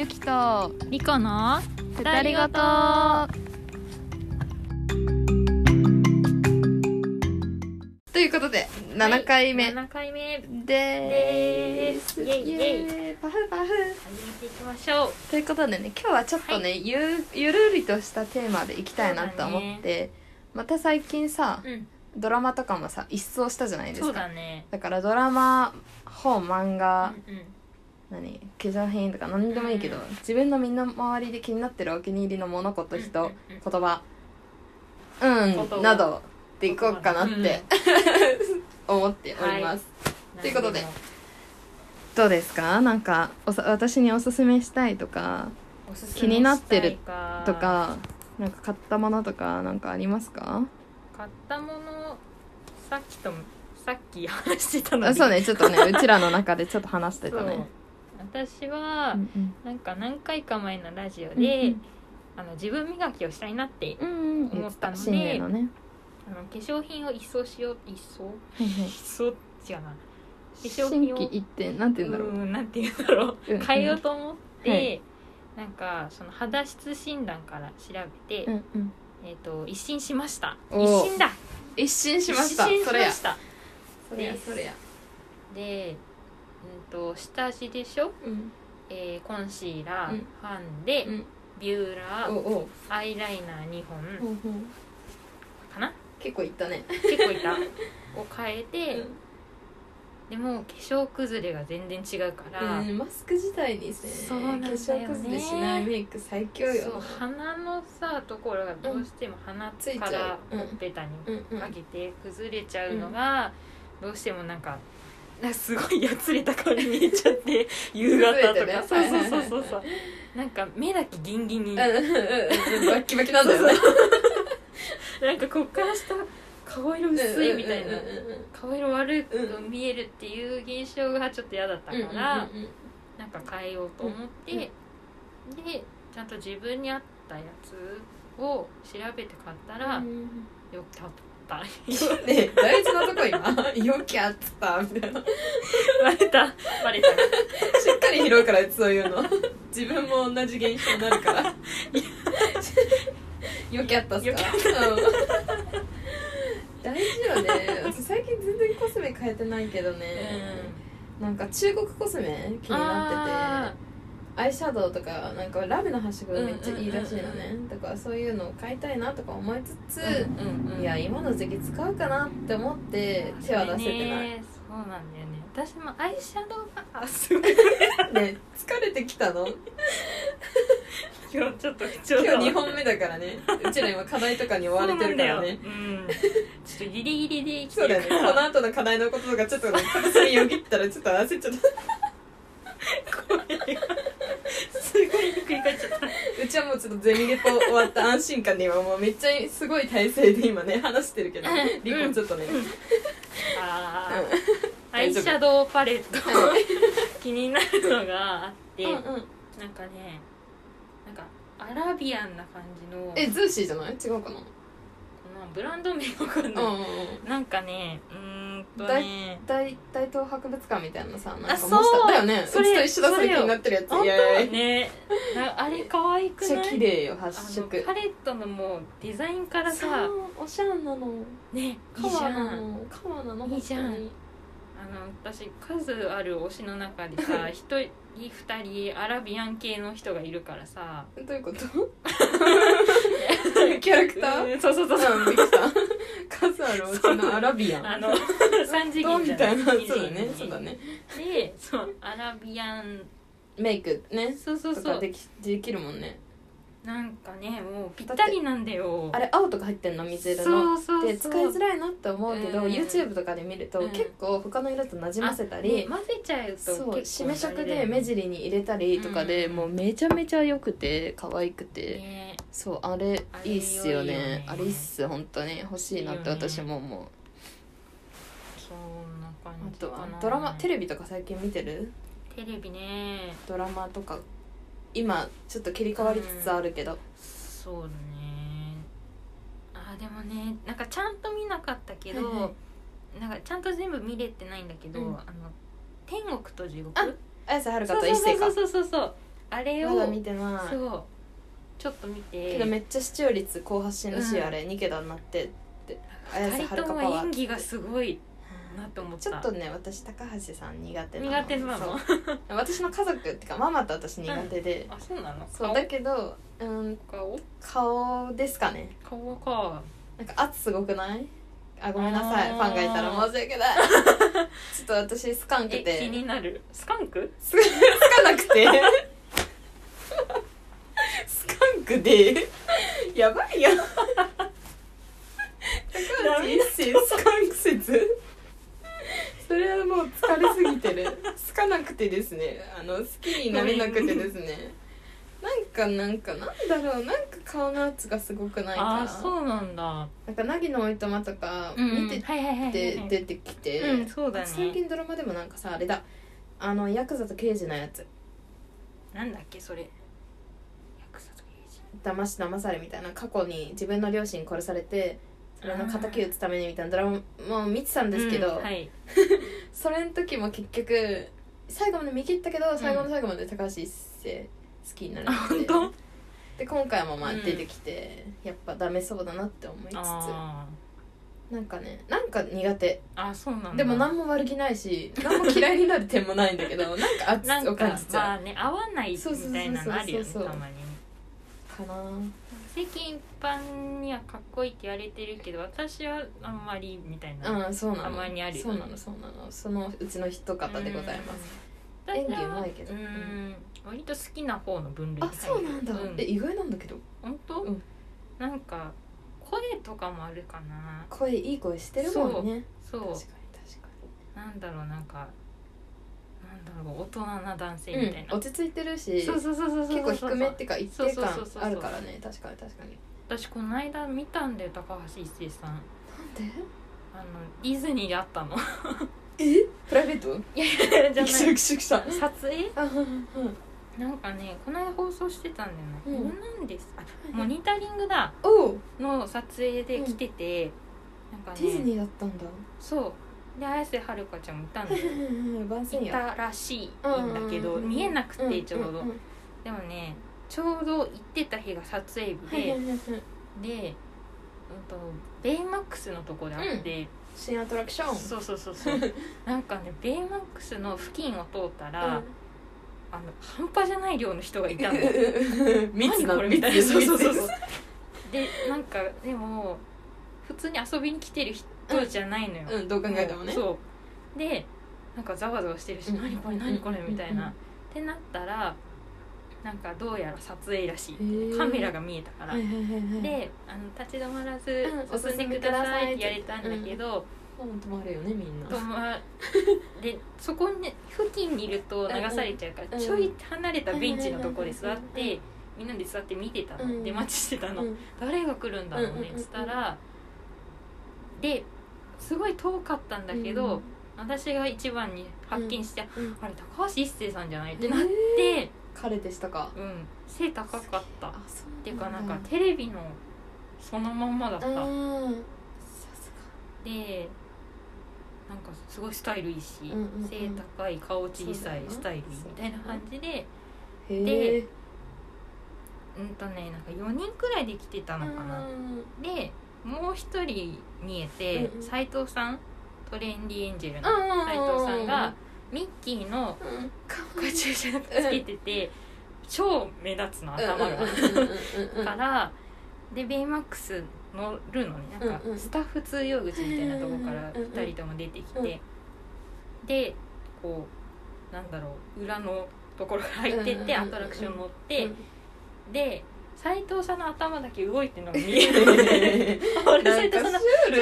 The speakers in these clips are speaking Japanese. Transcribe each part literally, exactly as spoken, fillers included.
ゆきとリコの二人ごと。ということでななかいめ、 はい、ななかいめでーす。 イエイイエイパフパフ。 始めていきましょう。 ということでね、今日はちょっとね、はい、ゆ, ゆるりとしたテーマでいきたいなと思って、ね、また最近さ、うん、ドラマとかもさ一掃したじゃないですか。 そうだね。 だからドラマ、本、漫画、うんうん、何化粧品とか何でもいいけど、うん、自分の身の回りで気になってるお気に入りの物事、人、うんうんうん、言葉、うんなどでいこうかなって、うん、思っております、はい、ということでどうですか？なんかおさ私におすすめしたいとか気になってるとか、なんか買ったものとかなんかありますか？ 買ったもの、さっきとさっき話してたのにそうね、ちょっとねうちらの中でちょっと話してたね。 私は、うんうん、なんか何回か前のラジオで、うんうん、あの自分磨きをしたいなって思ったので、うんうんのね、あの化粧品を一掃しよう一掃、はいはい、一掃違うな化粧品を新規一点なんて言うんだろう、 うんなんて言うんだろう、うんうん、変えようと思って、はい、なんかその肌質診断から調べて、うんうんえー、と一新しました。一新だ一新しました一新しました。 それやそれやで、うんと下地でしょ、うんえー、コンシーラー、うん、ファンデ、うん、ビューラー、おうおうアイライナーにほん、うんうん、かな。 結構いったね。 結構いったを変えて、うん、でも化粧崩れが全然違うから、 うん、マスク自体にね、 そうなんだよね、 化粧崩れしないメイク最強よ。 そう鼻のさところがどうしても鼻からほっぺたにかけて崩れちゃうのが、どうしてもなんかなんかすごいやつれた顔に見えちゃって夕方とか、ね、そうそうそうそうそうなんか目だけギンギンにバッキバキなんだよね。 なんかこっから下顔色薄いみたいな、顔色悪く見えるっていう現象がちょっと嫌だったから、なんか変えようと思って、でちゃんと自分に合ったやつを調べて買ったら、よくたったね、大事なとこ今よきゃっつったみたいなバレたバレたしっかり拾うからそういうの自分も同じ現象になるからよきゃったっすか。大事よね。私最近全然コスメ変えてないけどね、うん、なんか中国コスメ気になってて、アイシャドウとかなんかラメのはしごめっちゃいいらしいのね、うんうんうん、だからそういうのを買いたいなとか思いつつ、うんうんうん、いや今の時期使うかなって思って手は出せてない。 そうなんだよね。私もアイシャドウがあすごいね疲れてきたの今日ちょっと不調だ今日にほんめだからね。うちら今課題とかに追われてるからね。 うん、ちょっとギリギリで生きてるから。そうだね。この後の課題のこととかちょっとね片隅よぎったらちょっと焦っちゃった声がすごいひっくり返っちゃった。 うちはもうちょっとゼミレポ終わった安心感で今もうめっちゃすごい体勢で今ね話してるけど、リコちょっとね、うん、 あー、うん、アイシャドウパレット気になるのがあって、うんうん、なんかねなんかアラビアンな感じのえズーシーじゃない？違うかな。 ブランド名わかんない、うんうんうん、なんかねうーんとね大大東博物館みたいなさなんか模しただよね。うちと一緒だそれ気になってるやつ。 本当ねあれ可愛くない？ めっちゃ綺麗よ発色。 パレットのもうデザインからさおしゃれなのね。 いいじゃん。カワなのいいじゃん。あの私数ある推しの中でさ一人二人アラビアン系の人がいるからさ。 どういうことキャラクター、 うん、そうそうそうそう、 びっくりした数あるうちのアラビアンあの三次元じゃないみたいな。そうだねそうだね。 でそうアラビアンメイクねそうそうそうとかできできるもんね。 なんかねもうぴったりなんだよ。 あれ青とか入ってんの水色の。そうそうそうで使いづらいなって思うけど、うん、YouTube とかで見ると、うん、結構他の色となじませたり、 ね、混ぜちゃうとそう締め色で目尻に入れたりとかで、うん、もうめちゃめちゃ良くて可愛くて、ね、そうあれいいっすよね。あれいいっす本当に欲しいなって私も思う。いいそんな感じかな。 あとはドラマテレビとか最近見てる？ テレビねドラマとか今ちょっと切り替わりつつあるけど、うん、 そうだね。あでもねなんかちゃんと見なかったけど、はいはい、なんかちゃんと全部見れてないんだけど、うん、あの天国と地獄あ綾瀬はるかと一星かそうそうそうそうそうあれをまだ見てない。 そうちょっと見てけどめっちゃ視聴率高発信らしい、 うんあれニケダになってって綾瀬ふたりともはるかパワー演技がすごいなって思った。 ちょっとね私高橋さん苦手なの。 苦手なのそう私の家族っていうかママと私苦手で、 あそうなの。 そうだけどうん顔顔ですかね。 顔かなんか圧すごくない？あごめんなさいあーファンがいたら申し訳ないちょっと私スカンクえて気になる。スカンクすつかなくてスカンクでやばいやん高橋一生スカンク説それはもう疲れすぎてるつかなくてですねあの好きになれなくてですねなんかなんかなんだろうなんか顔の圧がすごくないかな。 あそうなんだ。 なんか凪のおいとまとか見てはいはいはいてはい出てきて、 うんそうだね。 最近ドラマでもなんかさあれだあのヤクザと刑事のやつなんだっけそれ。ヤクザと刑事。 騙し騙されみたいな過去に自分の両親殺されてそれの敵討つためにみたいなドラマも見てたんですけど、 うんはい、 それの時も結局最後まで見切ったけど最後の最後まで高橋一生好きになるって、 うん、本当で今回もまあ出てきて、うん、やっぱダメそうだなって思いつつなんかねなんか苦手。 あそうなんだ。 でも何も悪気ないし何も嫌いになる点もないんだけどなんか圧を感じちゃう。 まあね合わないみたいなのあるよねたまにね。 かな世間一般にはかっこいいって言われてるけど私はあんまりみたいな、 うん、そうなのたまにあるよね。 そうなのそうなのそのうちの一方でございます。演技うまいけどうん割と好きな方の分類あそうなんだ、うん、え意外なんだけど本当、うん、なんか声とかもあるかな。 声いい声してるもんね。 そうそう確かに確かになんだろうなんかなんだろう大人な男性みたいな、 うん、落ち着いてるしそうそうそうそう結構低めっていうか一定感あるからね。確かに確かに私この間見たんだよ高橋一生さん。なんであのディズニーで会ったのえプライベートいやいやじゃない撮影なんかねこの間放送してたんだよね、うん、なんですあモニタリングだの撮影で来てて、うん、なんかねディズニーだったんだ。 そうで綾瀬はるかちゃんもいたんだよいたらしいんだけど、うんうん、見えなくてちょうど、うんうんうん、でもねちょうど行ってた日が撮影日でで、うんと、ベイマックスのとこであって、うん、 新アトラクションそうそうそうそうなんかねベイマックスの付近を通ったら、うん、あの半端じゃない量の人がいたの密なこれみたいなそうそうそうそうでなんかでも普通に遊びに来てる人じゃないのよ、 うんうん、どう考えてもね。 そうでなんかざわざわしてるし、うん、何これ何これみたいな、うん、ってなったらなんかどうやら撮影らしいカメラが見えたから、はいはいはいはい、であの立ち止まらず進んでくださいって言われたんだけど、 うん、止まるよねみんな止までそこに、ね、付近にいると流されちゃうから、うん、ちょい離れたベンチのとこで座って、うん、みんなで座って見てたの、うん、出待ちしてたの、うん、誰が来るんだろうねっつったらですごい遠かったんだけど、うん、私が一番に発見して、うん、あれ高橋一生さんじゃないってなって、 彼でしたか。 うん背高かったっていうかなんかテレビのそのまんまだった。さすがでなんかすごいスタイルいいし、うんうんうん、背高い顔小さいスタイルいいみたいな感じででうんとねなんかよにんくらいで来てたのかな。でもう一人見えて斉、うんうん、藤さんトレンディエンジェルの斉藤さんがミッキーのカチューシャつけてて、うん、超目立つの頭がからでベイマックス乗るのになんかスタッフ通用口みたいなところからふたりとも出てきてでこうなんだろう裏のところから入ってってアトラクション乗ってで斉藤さんの頭だけ動いてるのが見えるあれ斉藤さんの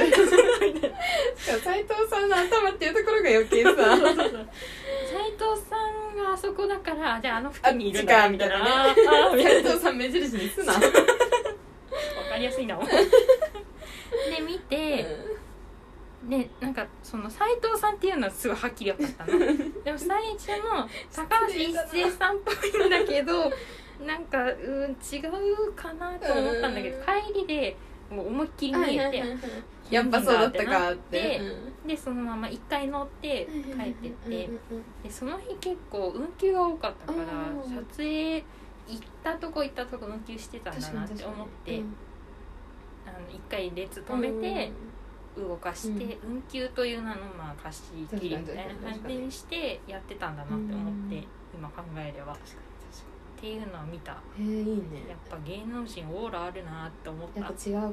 斉藤さんの頭っていうところが余計さ斉藤さんがあそこだからじゃああの付近にいるんだみたいな斉藤さん目印にすな分かりやすいなで見て、うん、でなんかその斉藤さんっていうのはすごいはっきり分かったのでも最初の高橋一生さんっぽいんだけどなんか、うん、違うかなと思ったんだけど帰りでもう思いっきり見えてやっぱそうだったかって、 うん、でそのまま一回乗って帰ってって、でその日結構運休が多かったから撮影行ったとこ行ったとこ運休してたんだなって思って、うん、あの一回列止めて動かして、うん、運休という名のまあ貸し切りみたいな感じにしてやってたんだなって思って、うん、今考えればっていうのを見た。 へえ、いいね。 やっぱ芸能人オーラあるなって思った。 やっぱ違うか。そうだよ、うん、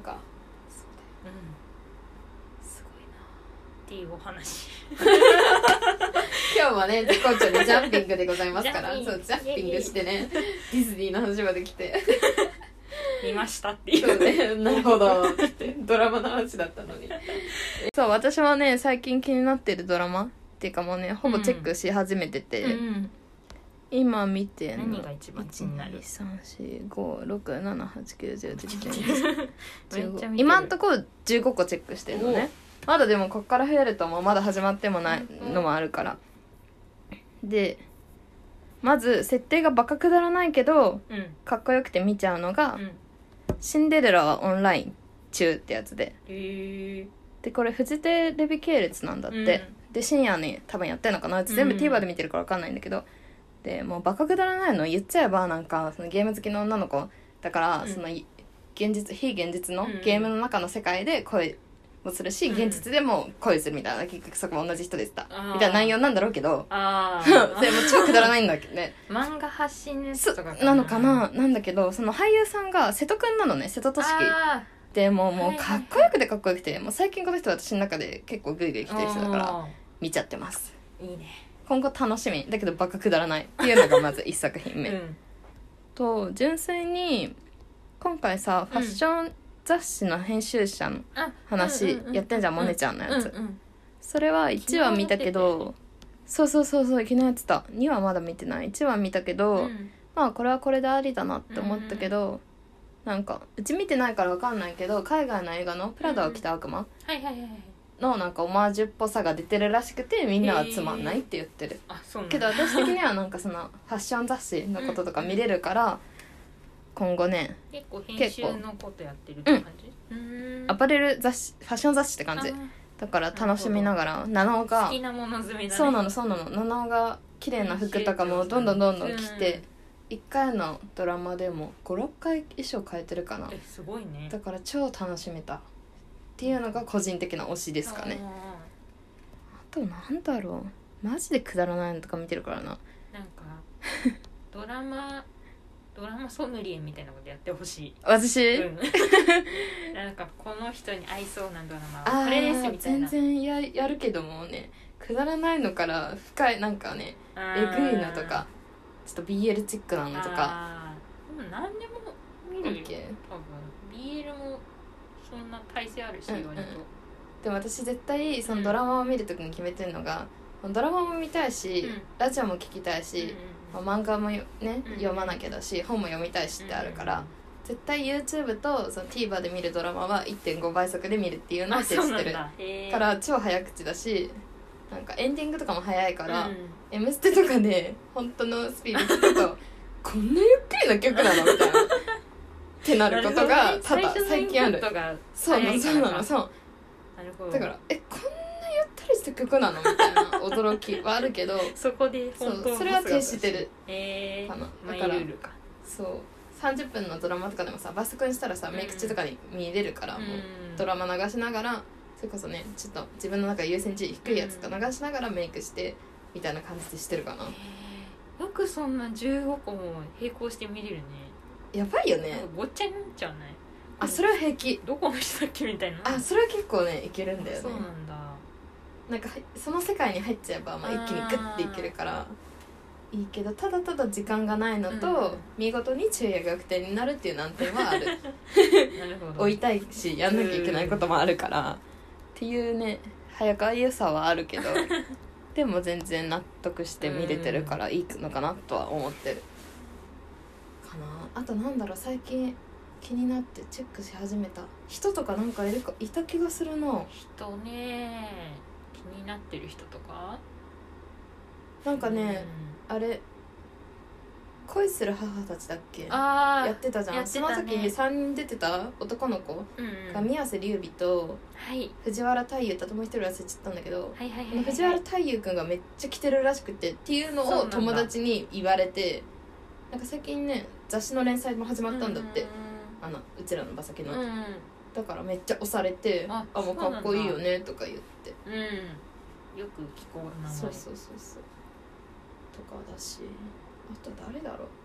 すごいなっていうお話今日はね絶好調でジャンピングでございますからそうジャンピングしてねディズニーの話まで来て見ましたっていうそうね、なるほどってドラマの話だったのにそう私はね最近気になってるドラマっていうかもうねほぼチェックし始めてて、うんうん、今見てんの何が一番気になる いち、に、 さん、よん、ご、ろく、なな、はち、きゅう、じゅう、じゅういち、じゅうご今んとこじゅうごこチェックしてるのね。まだでもこっから増えるともまだ始まってもないのもあるから、でまず設定がバカくだらないけど、うん、かっこよくて見ちゃうのが、うん、シンデレラはオンライン中ってやつで、へでこれフジテレビ系列なんだって、うん、で深夜に多分やってんのかな、うち全部 TVer で見てるから分かんないんだけど、でもうバカくだらないの言っちゃえばなんかそのゲーム好きの女の子だから、うん、その現実非現実のゲームの中の世界で恋もするし、うん、現実でも恋するみたいな、結局そこも同じ人でしたみたいな内容なんだろうけど、あでも超くだらないんだけどね漫画発信のやつとかかなのかな、なんだけどその俳優さんが瀬戸くんなのね、瀬戸俊樹でもうもうかっこよくてかっこよくて、もう最近この人私の中で結構グイグイ来てる人だから見ちゃってます。 いいね、 今後楽しみだけどバカくだらないっていうのがまず一作品目、うん、と純粋に今回さ、ファッション雑誌の編集者の話やってんじゃん、モネちゃんのやつ、うんうん、それはいちわ見たけど、そうそうそうそう昨日やってた、にわまだ見てない、いちわ見たけど、うん、まあこれはこれでありだなって思ったけど、うん、なんかうち見てないから分かんないけど海外の映画のプラダを着た悪魔、うん、はいはいはいのなんかオマージュっぽさが出てるらしくてみんなはつまんないって言ってる、あそうなんだけど私的にはなんかそのファッション雑誌のこととか見れるから、うん、今後ね結構編集のことやってるって感じ、うん、 アパレル雑誌ファッション雑誌って感じだから楽しみながら、七尾が好きなもの詰めだね、 そうなのそうなの、七尾が綺麗な服とかもどんどんどんどん着て、うん、いっかいのドラマでもご、ろっかい衣装変えてるかな、 えすごいね、 だから超楽しめたっていうのが個人的な推しですかね。あとなんだろう、マジでくだらないのとか見てるからな。なんかドラマドラマソムリエみたいなことやってほしい私、うん、 なんかこの人に合いそうなドラマはこれですみたいな。 全然 や, やるけどもね、くだらないのから深いなんかねえぐいのとかちょっと ビーエル チックなのとか、 あでも何でも見るよ、多分 ビーエル もそんな体勢あるし、割と、うんうん、 でも私絶対そのドラマを見るときに決めてるのが、うん、ドラマも見たいし、うん、ラジオも聞きたいし、うんうんまあ、漫画もね、うん、読まなきゃだし本も読みたいしってあるから、うん、絶対 YouTube とその TVer で見るドラマは いってんご 倍速で見るっていうのを徹してるから超早口だし、なんかエンディングとかも早いから「うん、M ステ」とかで本当のスピード聞くとこんなゆっくりな曲なのみたいなってなることがただ最近ある。そうなのそうなのそう。なるほど。だからえこんなゆったりした曲なのみたいな驚きはあるけどそこで本当そうそれは徹してるえー、 かな。 だから、かそうさんじゅっぷんのドラマとかでもさバスクにしたらさ、うん、メイク中とかに見れるから、うん、もうドラマ流しながらそれこそねちょっと自分の中で優先順位低いやつとか流しながらメイクしてみたいな感じでしてるかな。 よくそんなじゅうごこも並行して見れるね。 やばいよね。 ごっちゃになっちゃうね。 あそれは平気。 どこの人だっけみたいな。 あそれは結構ねいけるんだよね。 そうなんだ。 なんかその世界に入っちゃえば、まあ、一気にグッていけるからいいけど、ただただ時間がないのと、うん、見事に昼夜逆転になるっていう難点はある。なるほど。追いたいしやんなきゃいけないこともあるからっていうね早川良さはあるけどでも全然納得して見れてるからいいのかなとは思ってるかな。あとなんだろう、最近気になってチェックし始めた人とかなんかいるかいた気がするな。 人ね気になってる人とかなんかね、うん、あれ恋する母たちだっけあやってたじゃん、 やってたねその時さんにん出てた男の子うんが宮瀬隆美とはい藤原太勇ともう一人忘れちゃったんだけど、 はいはいはい、 この藤原太勇くんがめっちゃ来てるらしくてっていうのをそうなんだ友達に言われて、なんか最近ね雑誌の連載も始まったんだって、 うあのうちらの馬先の、 んうん、うんだからめっちゃ押されてああもうかっこいいよねとか言ってうん、よく聞こう名前そうそうそうそうとかだし、あと誰だろう、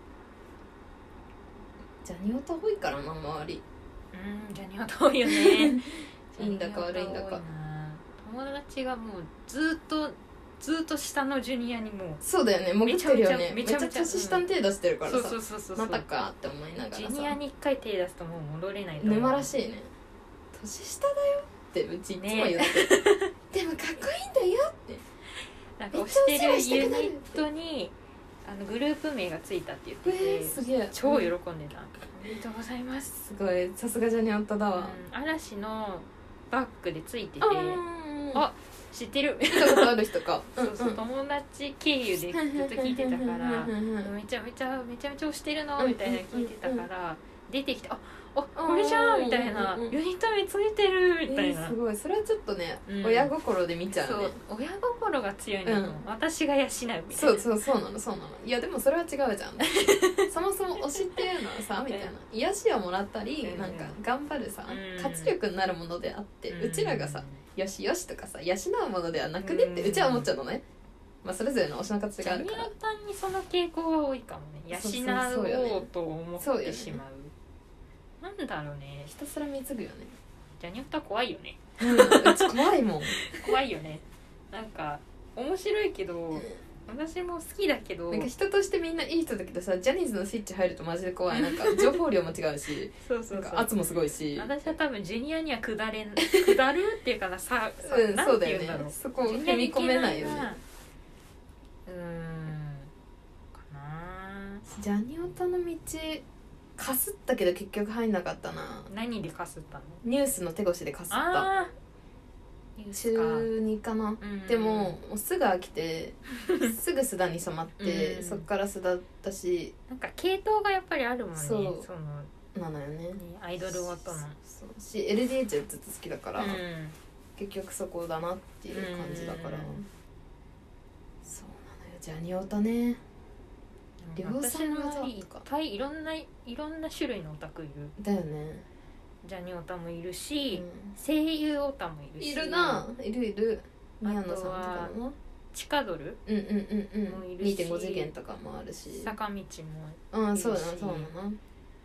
ジャニオタ多いからな周りうんジャニオタ多いよねいいんだか悪いんだか。 友達がもうずっとずっと下のジュニアにもうそうだよね潜ってるよね、めめちゃめちゃっちゃ年下に手出してるからさ、 そうそうそうそうまたかって思いながらさ、 ジュニアに一回手出すともう戻れないと思う沼らしいね、年下だよってうちいつも言って、ね、でもかっこいいんだよってなんか推してるユニットにあのグループ名がついたって言ってて、 えー、すげえ超喜んでた、おめでとうございますすごいさすがジャニオタだわ、 うん、嵐のバッグでついてて、 ああ知ってる見たことある人かそうそう、 んん、 友達経由でずっと聞いてたからめちゃめちゃめちゃめちゃ推してるのみたいな聞いてたから出てきてああこれじゃんみたいなユニット名ついてるみたいな、 えー、すごいそれはちょっとね、 うん、 親心で見ちゃうね。 そう親心が強いの、うん、私が養うみたいな。 そうそうそうなのそうなの。いやでもそれは違うじゃんそもそも推しっていうのはさみたいな癒しをもらったり、うん、なんか頑張るさ、うん、活力になるものであって、うん、うちらがさよしよしとかさ養うものではなくねってうちは思っちゃうのね。まあそれぞれの推しの形があるから。 ジャニオタにその傾向が多いかもね。養おうと思ってしまう。なんだろうね。 ひたすら貢ぐよね。 ジャニオタ怖いよね。 うん、うち怖いもん。 怖いよね。なんか面白いけど。私も好きだけどなんか人としてみんないい人だけどさジャニーズのスイッチ入るとマジで怖い。なんか情報量も違うしそうそうそう圧もすごいし私は多分ジュニアには下れん下るっていうかなさ、さうん、 なんて言うんだろう、 そうだよね、そこ踏み込めないよね。 うーんかな。 ジャニオタの道かすったけど結局入んなかったな。 何でかすったの？ ニュースの手越しでかすった。 あ中にかな、 うん、 でももうすぐ飽きてすぐ須田に染まって、うん、そっから須田だしなんか系統がやっぱりあるもんね。 そうそのなのよね、 ねアイドルごとのそうし エルディーエイチ ずっと好きだから、 うん、 結局そこだなっていう感じだから、うん、そうなのよジャニオタね。量産技とかいっぱいいろんないろんな種類のオタクいるだよね。 ジャニオタもいるし、 うん、 声優オタもいるしいるないるいる宮野さんとかもチカドルうんうんうんうんもいるしにてんご 次元とかもあるし坂道もいるしうんそうだなそうだななん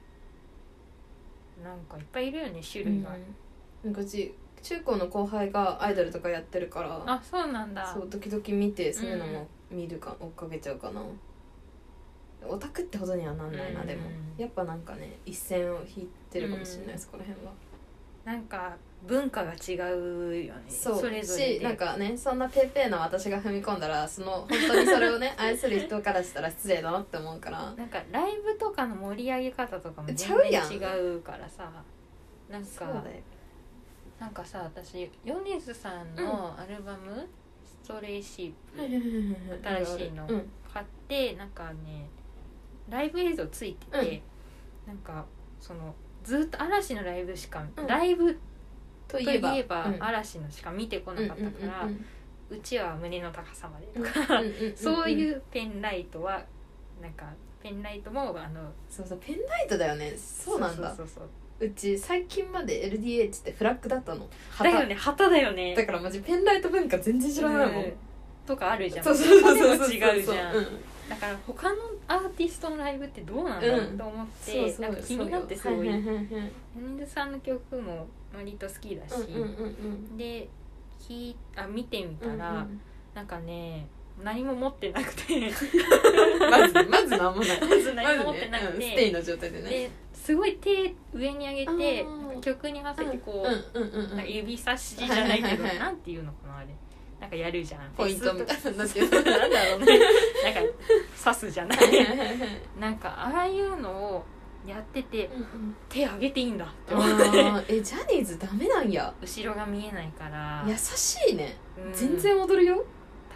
かいっぱいいるよね種類が、 うん、なんかち中高の後輩がアイドルとかやってるからあそうなんだそう時々見てそういうのも見るか、うん、追っかけちゃうかな。オタクってほどにはなんないな、うん、でもやっぱなんかね一線を引いてるかもしれない、うん、そこら辺はなんか文化が違うよね。 そうそれぞれしなんかねそんなペーペーな私が踏み込んだらその本当にそれをね愛する人からしたら失礼だなって思うからなんかライブとかの盛り上げ方とかも全然違うからさなんかなんかさ私米津さんのアルバム、うん、ストレイシープ新しいの買って、うん、なんかねライブ映像ついてて、うん、なんかそのずっと嵐のライブしか、うん、ライブといえば、うん、嵐のしか見てこなかったから、うんうんうんうん、うちは胸の高さまでとか、うんうんうんうん、そういうペンライトはなんかペンライトもあのそうそうペンライトだよね。そうなんだ。 そうそうそうそううち最近まで エルディーエイチ ってフラッグだったの。 だよね旗だよね。 だからマジペンライト文化全然知らないもん、うん、 とかあるじゃん。 そうそうそうそうそう違うじゃん、うんだから他のアーティストのライブってどうなんだろうと思って、うん、なんか気になってすごい米津さんの曲も割と好きだし、うんうんうんうん、できあ見てみたら、うんうん、なんかね何も持ってなくてまずまず何もないまず何も持ってなくて、 まずねうん、ステイの状態でねですごい手上に上げて曲に合わせてこう、うんうんうんうん、指差しじゃないけど、はいはいはい、なんていうのかなあれなんかやるじゃんポイントみたいななんていうなんだろうねなんか刺すじゃないなんかああいうのをやってて、うんうん、手上げていいんだって思ってえジャニーズダメなんや。 後ろが見えないから優しいね、うん、全然踊るよ。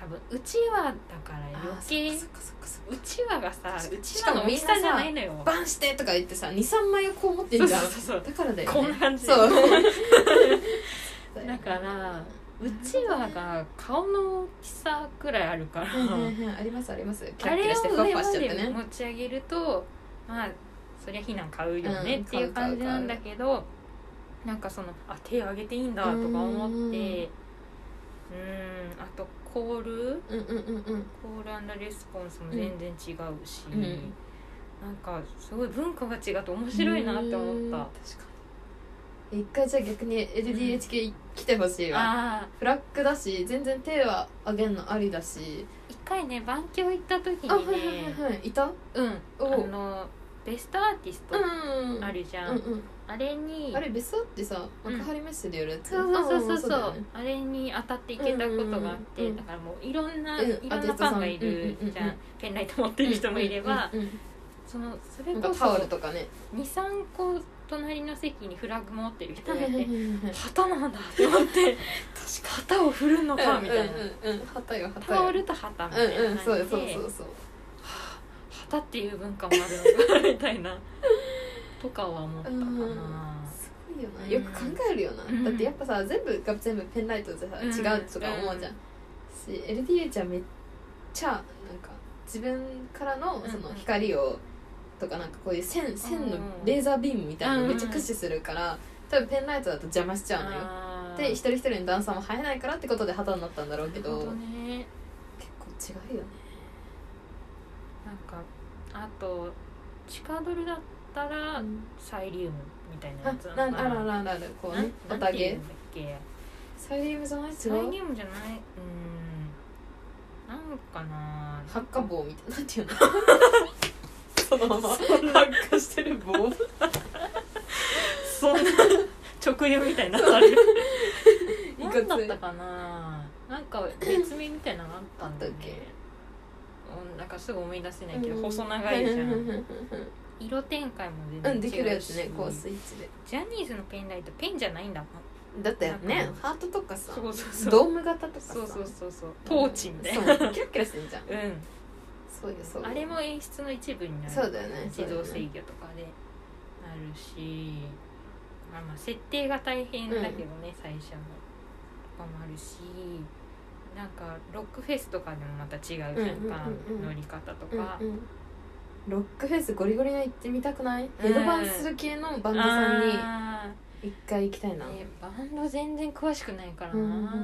多分うちわだから余計うちわがさうちわの大きさじゃないのよ。 バンしてとか言ってさ にさんまいをこう持ってんじゃん。 そうそうそうだからだよね。 こんな感じそうだからうちわが顔の大きさくらいあるから、 はいはいはい、ありますあります。キあれをラキラしてふわふ上まわしちゃってね。 で持ち上げるとまあそりゃ避難買うよねっていう感じなんだけど、うん、なんかそのあ手上げていいんだとか思って、うん、あとコール、うんうんうんうん、コール&レスポンスも全然違うし、うん、なんかすごい文化が違って面白いなって思った。確かに一回じゃあ逆に エルディーエイチ 系来てほしいわ、うん、フラッグだし全然手は上げるのありだし。 一回ねバンキョ行った時にね、 あ、はいはいはい、いた？ うんあのベストアーティストあるじゃん、うんうん、あれにあれベストってさ幕張メッセでやるやつ、 うん、そうそうそうそう、あ, ね、あれに当たっていけたことがあって、うんうんうん、だからもういろんな、うん、いろんなファンがいるじゃん、うんうんうん、ペンライト持ってる人もいれば、うんうんうん、そのそれこそタオルとかねにさんこ隣の席にフラッグ持ってる人がいて旗なんだって思って旗を振るのかみたいな、 うんうんうん、旗よ旗よタオルと旗みたいな感じで、うんうん、そうそうそうそう旗っていう文化もあるのかみたいなとかは思ったかな、うん、 すごいよな、よく考えるよな、うん、だってやっぱさ全部が全部ペンライトでさ、うん、違うとか思うじゃん、うん、し エルディーエイチ はめっちゃなんか自分からのその光を、うん、とかなんかこういう線線のレーザービームみたいなのめっちゃ駆使するから、多分ペンライトだと邪魔しちゃうのよ。で一人一人の段差も入れないからってことで旗になったんだろうけど、 なるほどね、 結構違うよね。 なんかあと地下ドルだったら、うん、サイリウムみたいなやつなのかな。 あららららこうね綿毛サイリウムじゃない？ サイリウムじゃない、うんなんかな発火棒みたいな、なんていうのそのまま発火してる棒そんな直流みたいなのある何だったかな、なんか別名みたいなのあったんだっけ、うん、なんかすぐ思い出せないけど、うん、細長いじゃん色展開も全然違うし、うん、できるやつね、こうスイッチで。ジャニーズのペンライトペンじゃないんだもん。 だってね、ハートとかさ、 そうそうそうドーム型とかさ、 そうそうそうそう、トーチみたいな、 そうキラキラしてんじゃん。うん、そうよそうよ。 あれも演出の一部になる。 そうだよね。 自動制御とかでなるし、まあまあ設定が大変だけどね、うん、最初のとかもあるし、なんかロックフェスとかでもまた違うじゃんか、うんうんうんうん、乗り方とか、うんうん。 ロックフェスゴリゴリの行ってみたくない？ヘドバンする系のバンドさんに一回行きたいな、 えー、バンド全然詳しくないからな、うんうんうんうん、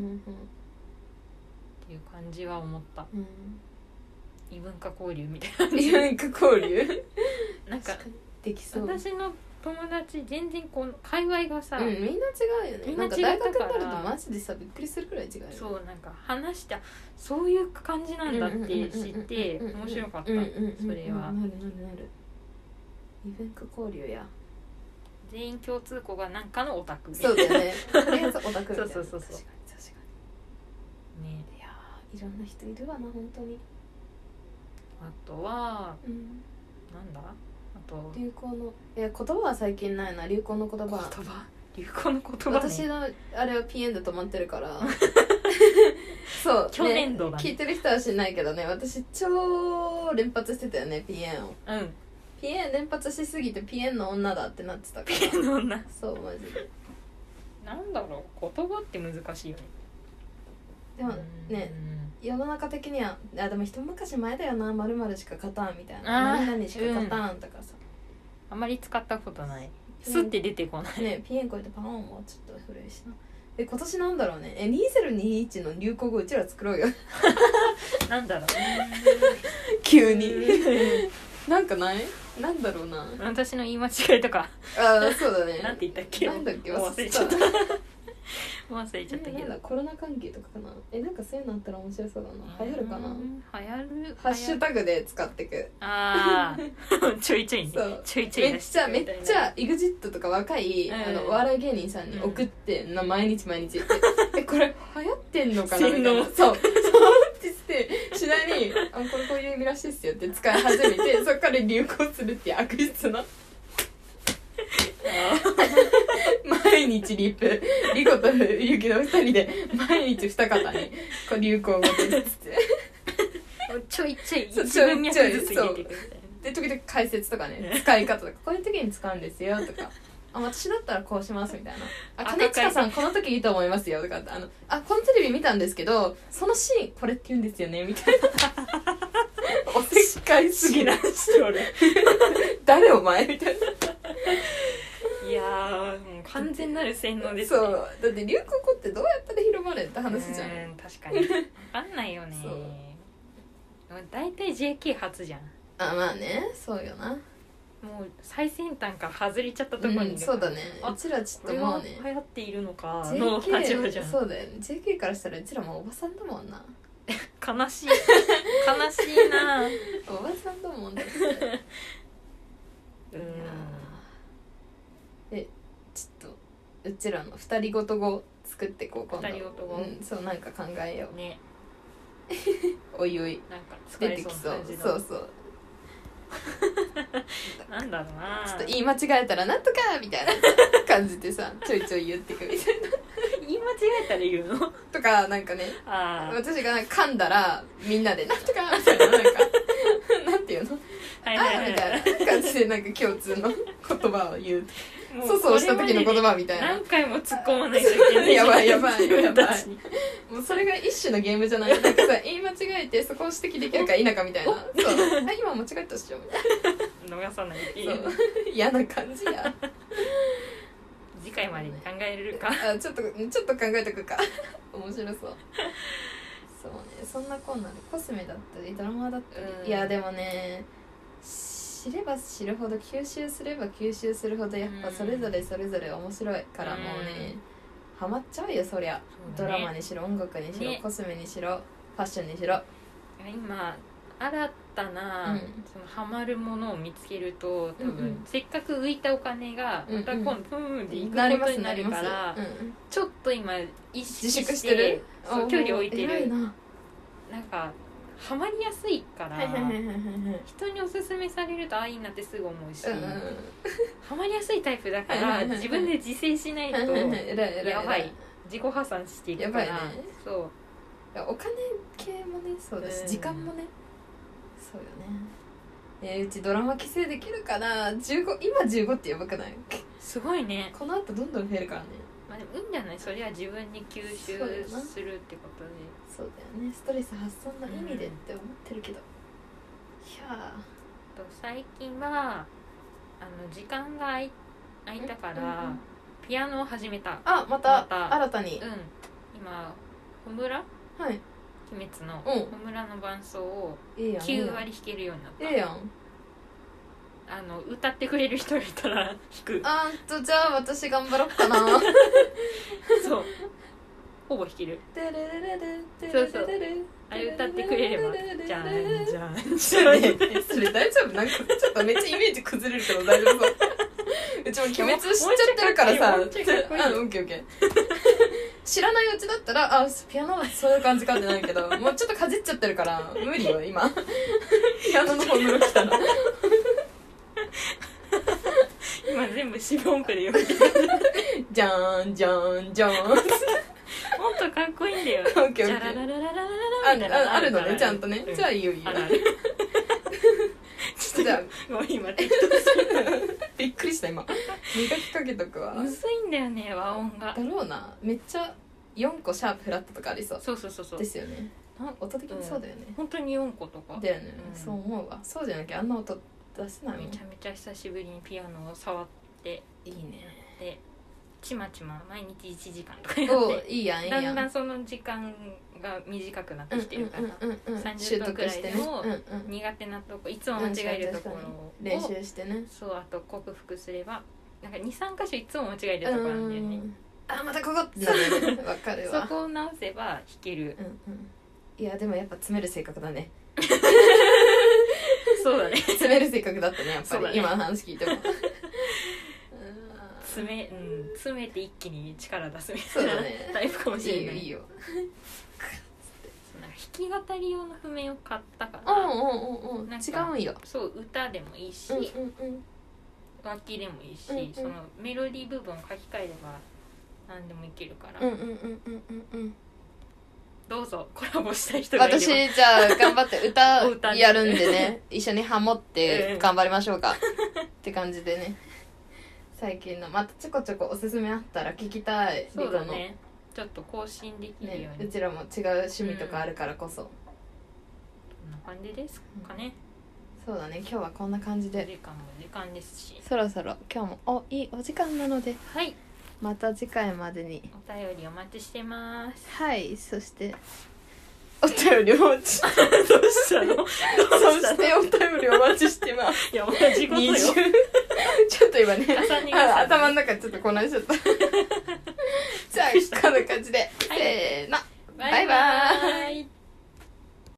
っていう感じは思った、うん、異文化交流みたいな異文化交流なんかできそう。 私の友達全然こう界隈がさ、 うん、みんな違うよね。みんな違ったから、なんか大学になるとマジでさびっくりするくらい違うよね。 そうなんか話したそういう感じなんだって知って面白かった、うんうんうん、それは。なるなるなる。 異文化交流や。 全員共通項がなんかのオタク。 そうだよね。とりあえずオタクみたいな。そうそうそうそう。確かに確かに。ね、いやいろんな人いるわな本当に。 あとは、うん、なんだ。あと流行のいや言葉は最近ないな。流行の言葉。 言葉流行の言葉、ね、 私のあれはピエンで止まってるからそう去年度だ、ね、 聞いてる人は知らないけどね、私超連発してたよねピエンを。うん。ピエン連発しすぎてピエンの女だってなってたから。 ピエンの女。 そうマジで。 なんだろう言葉って難しいよね。 でもね世の中的にはあでも一昔前だよな〇〇しか勝たんみたいな何々しか勝たんとかさ、 うん、あんまり使ったことない。スって出てこないね。ピエン超えてパンもちょっと古いしな。え今年なんだろうね。えにせんにじゅういちの流行語うちら作ろうよなんだろう急になんかないなんだろうな。 私の言い間違いとか。 ああそうだねなんて言ったっけ。 なんだっけ忘れちゃった忘れちゃったけど、 えコロナ関係とかかな。えなんかそういうのあったら面白そうだな。流行るかな。 流行る。 ハッシュタグで使ってく。 ああちょいちょいね。 そうちょいちょいめっちゃめっちゃ エグジット とか若い、うん、あのお笑い芸人さんに送ってんな、うん、毎日毎日えこれ流行ってんのかなみたいな。そうそうってして次第にあこれこういう意味らしいっすよって使い始めてそっから流行するっていう悪質な毎毎日リップリコとユキのふたりで毎日二方にこう流行語ですっつってちょいちょい一そう文脈ずつ入れていくみたいなで時々解説とかね使い方とかこういう時に使うんですよとかあ私だったらこうしますみたいなあ金近さんこの時いいと思いますよとかあのあこのテレビ見たんですけどそのシーンこれって言うんですよねみたいなおせっかいすぎな誰お前みたいないやーもう完全なる洗脳ですねそうだって流行語ってどうやったら広まるって話じゃんうん確かに分かんないよねだいたい ジェーケー 初じゃんあまあねそうよなもう最先端から外れちゃったところに、 うん、そうだねうちらちょっともうねこれは流行っているのかジェのーケー立場じゃんそうだよね ジェーケー からしたらうちらもおばさんだもんな悲しい悲しいなおばさんだもんだってうんえちょっとうちらの二人ごと語作ってこう今度二人ごと語うんそうなんか考えようねおいおいなんか使出えそうてきそうな感じのそうそうなんだろうなちょっと言い間違えたらなんとかみたいな感じでさちょいちょい言ってくみたいな言い間違えたら言うのとかなんかねあ私がなんか噛んだらみんなでなんとかみたいななんかなんていうのあはいはいはいあみたいな感じでなんか共通の言葉を言うもう粗相した時の言葉みたいな何回も突っ込まないといけないやばいやばいやばい自分たちにもうそれが一種のゲームじゃないなんかさ言い間違えてそこを指摘できるか否かみたいなそうあ今間違えたっしょみたい逃さないっていなそうう嫌な感じや次回までに考えれるかあちょっとちょっと考えとくか面白そうそうねそんなこんなでコスメだったりドラマだったり、 うん、 いやでもね知れば知るほど吸収すれば吸収するほどやっぱそれぞれそれぞれ面白いからもうね、うん、ハマっちゃうよそりゃそ、ね、ドラマにしろ音楽にしろ、ね、コスメにしろファッションにしろ今新たな、うん、そのハマるものを見つけると多分、うんうん、せっかく浮いたお金がまた今度プーンでいくことになるから、うんうん、ちょっと今意識して自粛してる距離を置いてるな、 なんかハマりやすいから人におすすめされるとああいいなってすぐ思うし、うん、ハマりやすいタイプだから自分で自制しないとやばい自己破産していくから、 やばいね、 そうお金系もねそうだし、うん、時間もねそうよねえー、うちドラマ規制できるかなじゅうご今じゅうごってやばくないすごいねこの後どんどん増えるからねまあでもいいんじゃないそれは自分に吸収するってことでそうだよねストレス発散の意味でって思ってるけど、うん、いやと最近はあの時間が空い空いたから、うんうん、ピアノを始めたあまた、また新たにうん今ホムラはい鬼滅のホムラの伴奏をきゅうわり弾けるようになった。 ええやん。 あの歌ってくれる人がいたら弾く。 あーとじゃあ私頑張ろうかな。 そう。ほぼ弾ける。そうそう。あれ歌ってくれればじゃんじゃんじゃん。それ大丈夫？なんかちょっとめっちゃイメージ崩れるけど大丈夫そう。うちも鬼滅しちゃってるからさ。あ、オッケーオッケー。知らないうちだったらあピアノはそういう感じかってないけどもうちょっとかじっちゃってるから無理よ今ピアノの方室来たら今全部四分音符で読めてるじゃーんじゃーんじゃーんもっとかっこいいんだよ。 オッケーオッケーああるのねちゃんとね、うん、じゃあいいよいいよちょっとじゃあもう今適当するびっくりした今磨きかけとくわ。 むずいんだよね和音が。 だろうなめっちゃよんこシャープフラットとかありそう。 そうそうそうそうですよね。音的にそうだよね、 うん、本当によんことかだよね、うん、そう思うわ。そうじゃなきゃあんな音出せないもん。 めちゃめちゃ久しぶりにピアノを触っていいね。 でちまちま毎日いちじかんとかやっていいやんいいやん。 だんだんその時間が短くなってきてるから、 うんうんうんうん、 さんじゅっぷんくらいでも苦手なとこいつも間違えるところを練習してね。 そうあと克服すればなんか にさんか所いつも間違えるところなんだよね。 あまたここってなるね。わかるわ。 そこを直せば弾ける、 うんうん、いやでもやっぱ詰める性格だね。 そうだね詰める性格だったねやっぱり、ね、今の話聞いても詰め、うん、詰めて一気に力出すみたいな、ね、タイプかもしれない。 いいよいいよなんか弾き語り用の譜面を買ったから、 うんうんうんうん、違うんよ。 そう歌でもいいし、 うんうんうん、 楽器でもいいし、 うんうん、 そのメロディー部分を書き換えれば何でもいけるから、 うんうんうんうんうん、 どうぞコラボしたい人がいれば。 私じゃあ頑張って歌やるんでね一緒にハモって頑張りましょうかって感じでね。最近のまたちょこちょこおすすめあったら聞きたい。 そうだね、ちょっと更新できるように、ね、 うちらも違う趣味とかあるからこそ、うん、 こんな感じですかね、 うん、そうだね、今日はこんな感じでお時間も時間ですし、 そろそろ今日もおいいお時間なので、 はい、 また次回までにお便りお待ちしてます。 はい、そしてお便りお待ちどうしたの？どうしたの？ そしてお便りお待ちしてます。 いや同じことよちょっと今ね、 重ね重ね頭の中ちょっと混乱しちゃったじゃあこんな感じで、はい、せーの、バイバーイ。